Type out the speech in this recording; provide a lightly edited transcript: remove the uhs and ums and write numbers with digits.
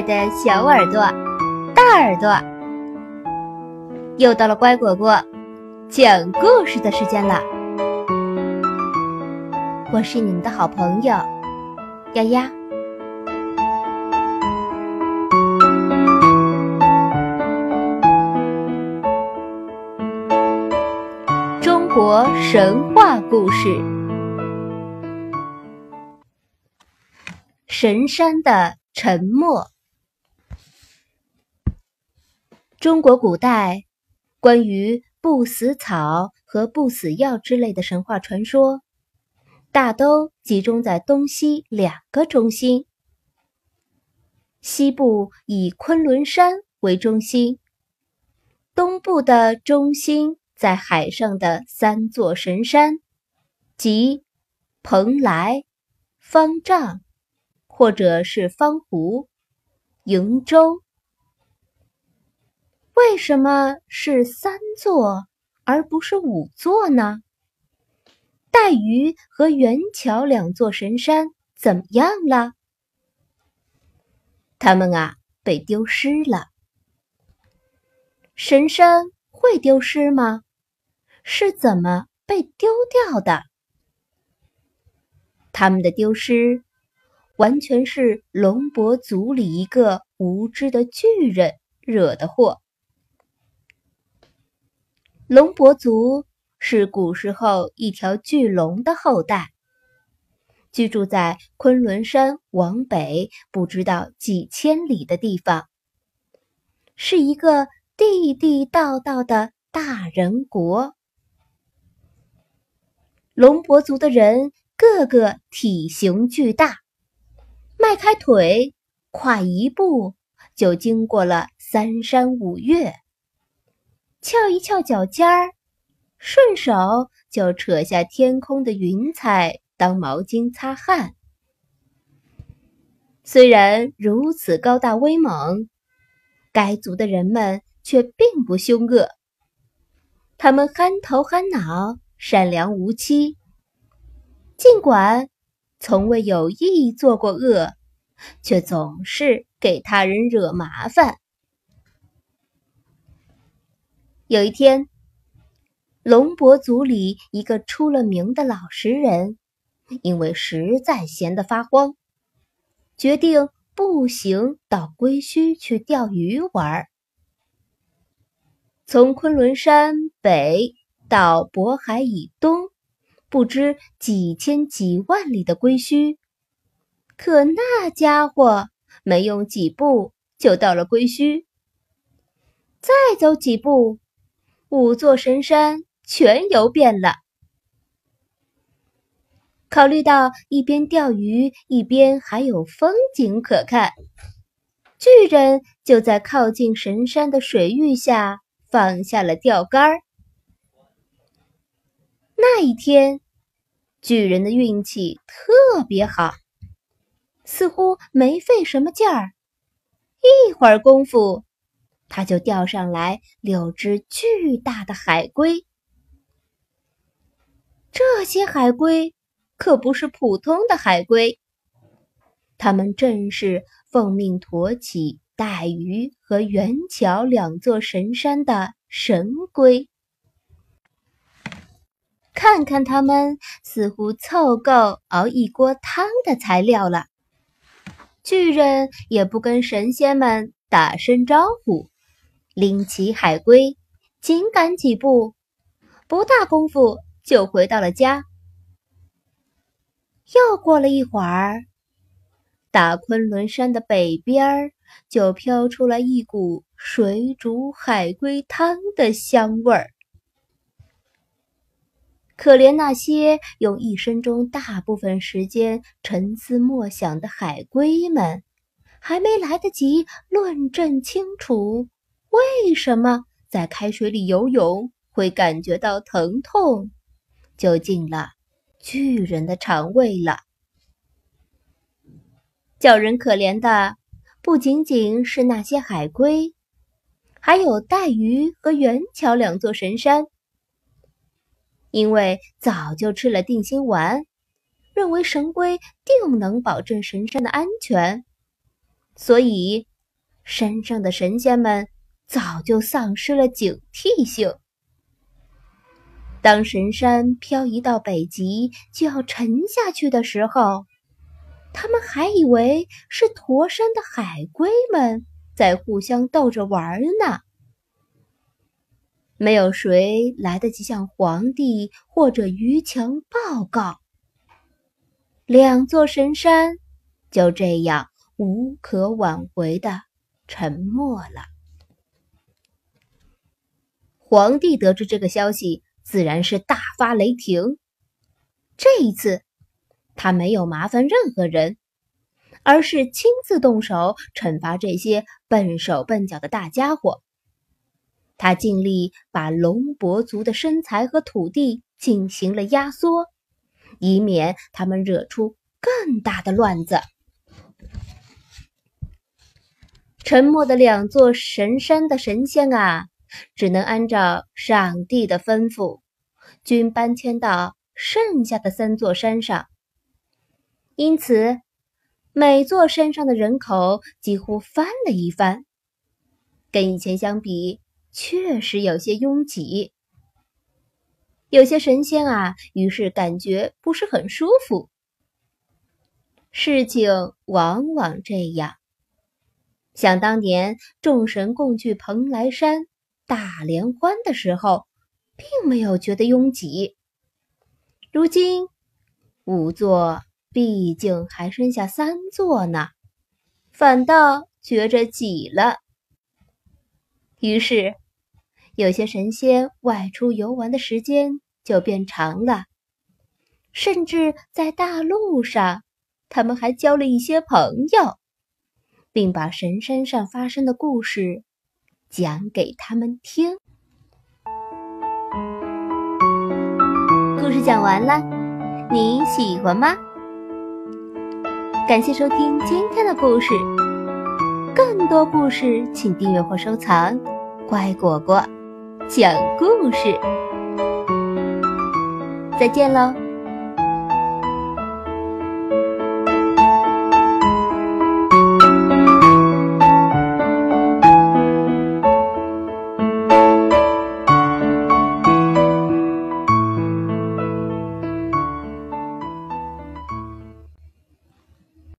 爱的小耳朵、大耳朵，又到了乖果果讲故事的时间了。我是你们的好朋友丫丫。中国神话故事：神山的沉默。中国古代关于不死草和不死药之类的神话传说，大都集中在东西两个中心。西部以昆仑山为中心，东部的中心在海上的三座神山，即蓬莱、方丈或者是方湖、瀛洲。为什么是三座而不是五座呢？岱余和元桥两座神山怎么样了？他们被丢失了。神山会丢失吗？是怎么被丢掉的？他们的丢失完全是龙伯族里一个无知的巨人惹的祸。龙伯族是古时候一条巨龙的后代，居住在昆仑山往北不知道几千里的地方，是一个地地道道的大人国。龙伯族的人个个体型巨大，迈开腿，跨一步就经过了三山五岳，翘一翘脚尖儿，顺手就扯下天空的云彩当毛巾擦汗。虽然如此高大威猛，该族的人们却并不凶恶，他们憨头憨脑，善良无欺，尽管从未有意做过恶，却总是给他人惹麻烦。有一天，龙伯族里一个出了名的老实人，因为实在闲得发慌，决定步行到归墟去钓鱼玩。从昆仑山北到渤海以东，不知几千几万里的归墟，可那家伙没用几步就到了归墟，再走几步，五座神山全游遍了。考虑到一边钓鱼一边还有风景可看，巨人就在靠近神山的水域下放下了钓竿。那一天，巨人的运气特别好，似乎没费什么劲儿，一会儿功夫他就钓上来6只巨大的海龟。这些海龟可不是普通的海龟，它们正是奉命驮起岱余和元桥两座神山的神龟。看看它们，似乎凑够熬一锅汤的材料了。巨人也不跟神仙们打声招呼，拎起海龟，紧赶几步，不大功夫就回到了家。又过了一会儿，大昆仑山的北边就飘出来一股水煮海龟汤的香味儿。可怜那些用一生中大部分时间沉思默想的海龟们，还没来得及论证清楚为什么在开水里游泳会感觉到疼痛，就进了巨人的肠胃了。叫人可怜的不仅仅是那些海龟，还有岱余和元桥两座神山。因为早就吃了定心丸，认为神龟定能保证神山的安全，所以山上的神仙们早就丧失了警惕性。当神山漂移到北极就要沉下去的时候，他们还以为是驼山的海龟们在互相逗着玩呢。没有谁来得及向皇帝或者于强报告，两座神山就这样无可挽回地沉没了。皇帝得知这个消息，自然是大发雷霆。这一次，他没有麻烦任何人，而是亲自动手惩罚这些笨手笨脚的大家伙。他尽力把龙伯族的身材和土地进行了压缩，以免他们惹出更大的乱子。沉默的两座神山的神仙啊，只能按照上帝的吩咐，均搬迁到剩下的3座山上。因此，每座山上的人口几乎翻了一番，跟以前相比，确实有些拥挤。有些神仙啊，于是感觉不是很舒服。事情往往这样。想当年众神共聚蓬莱山大联欢的时候，并没有觉得拥挤。如今5座毕竟还剩下3座呢，反倒觉着挤了。于是有些神仙外出游玩的时间就变长了，甚至在大陆上，他们还交了一些朋友，并把神山上发生的故事讲给他们听。故事讲完了，你喜欢吗？感谢收听今天的故事，更多故事请订阅或收藏乖果果讲故事。再见喽。